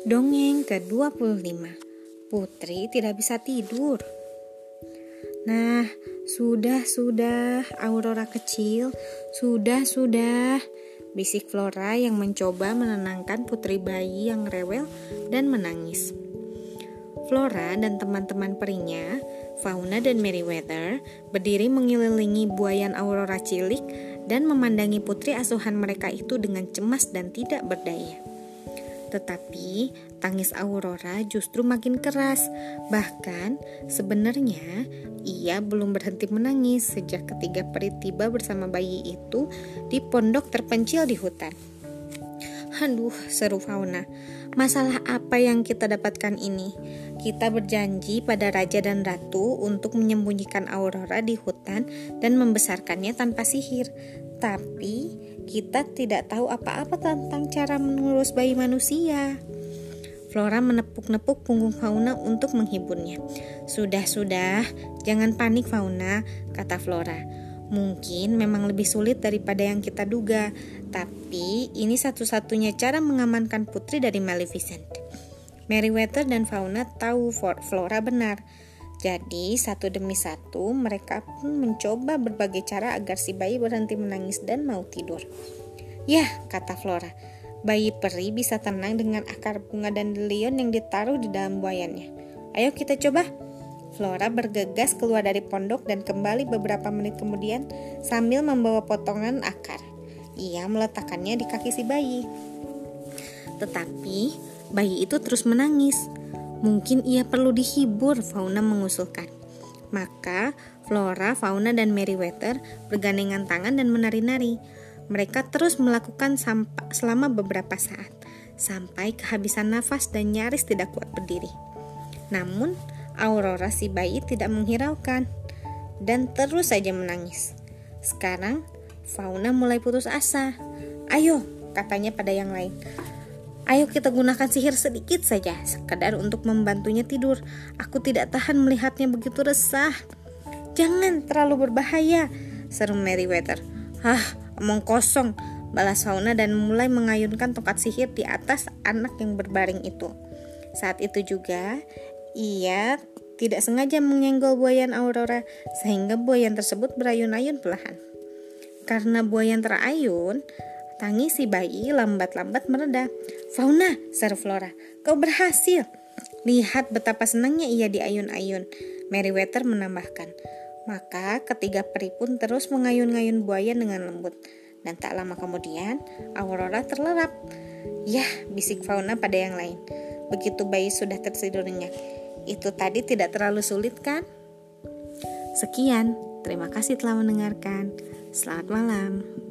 Dongeng ke-25. Putri tidak bisa tidur. Nah, sudah, Aurora kecil. Sudah, bisik Flora yang mencoba menenangkan putri bayi yang rewel dan menangis. Flora dan teman-teman perinya, Fauna dan Merryweather, berdiri mengelilingi buayan Aurora cilik dan memandangi putri asuhan mereka itu dengan cemas dan tidak berdaya. Tetapi tangis Aurora justru makin keras. Bahkan sebenarnya ia belum berhenti menangis sejak ketiga peri tiba bersama bayi itu di pondok terpencil di hutan. Aduh, seru Fauna. Masalah apa yang kita dapatkan ini? Kita berjanji pada raja dan ratu untuk menyembunyikan Aurora di hutan dan membesarkannya tanpa sihir. Tapi kita tidak tahu apa-apa tentang cara mengurus bayi manusia. Flora menepuk-nepuk punggung Fauna untuk menghiburnya. Sudah, jangan panik Fauna, kata Flora. Mungkin memang lebih sulit daripada yang kita duga, tapi ini satu-satunya cara mengamankan putri dari Maleficent. Merryweather dan Fauna tahu Flora benar. Jadi satu demi satu mereka pun mencoba berbagai cara agar si bayi berhenti menangis dan mau tidur. Yah, kata Flora, bayi peri bisa tenang dengan akar bunga dandelion yang ditaruh di dalam buayannya. Ayo kita coba. Flora bergegas keluar dari pondok dan kembali beberapa menit kemudian sambil membawa potongan akar. Ia meletakkannya di kaki si bayi. Tetapi bayi itu terus menangis. Mungkin ia perlu dihibur, Fauna mengusulkan. Maka Flora, Fauna, dan Merryweather bergandengan tangan dan menari-nari. Mereka terus melakukan selama beberapa saat, sampai kehabisan nafas dan nyaris tidak kuat berdiri. Namun, Aurora si bayi tidak menghiraukan dan terus saja menangis. Sekarang, Fauna mulai putus asa. Ayo, katanya pada yang lain. Ayo kita gunakan sihir sedikit saja, sekedar untuk membantunya tidur. Aku tidak tahan melihatnya begitu resah. Jangan, terlalu berbahaya, seru Merryweather. Omong kosong, balas Fauna dan mulai mengayunkan tongkat sihir di atas anak yang berbaring itu. Saat itu juga, ia tidak sengaja menyenggol buayan Aurora, sehingga buayan tersebut berayun-ayun perlahan. Karena buayan terayun, tangis si bayi lambat-lambat mereda. Fauna, seru Flora, kau berhasil. Lihat betapa senangnya ia diayun-ayun, Merryweather menambahkan. Maka ketiga peri pun terus mengayun-ayun buaya dengan lembut. Dan tak lama kemudian, Aurora terlelap. Yah, bisik Fauna pada yang lain. Begitu bayi sudah tertidur nyenyak. Itu tadi tidak terlalu sulit kan? Sekian, terima kasih telah mendengarkan. Selamat malam.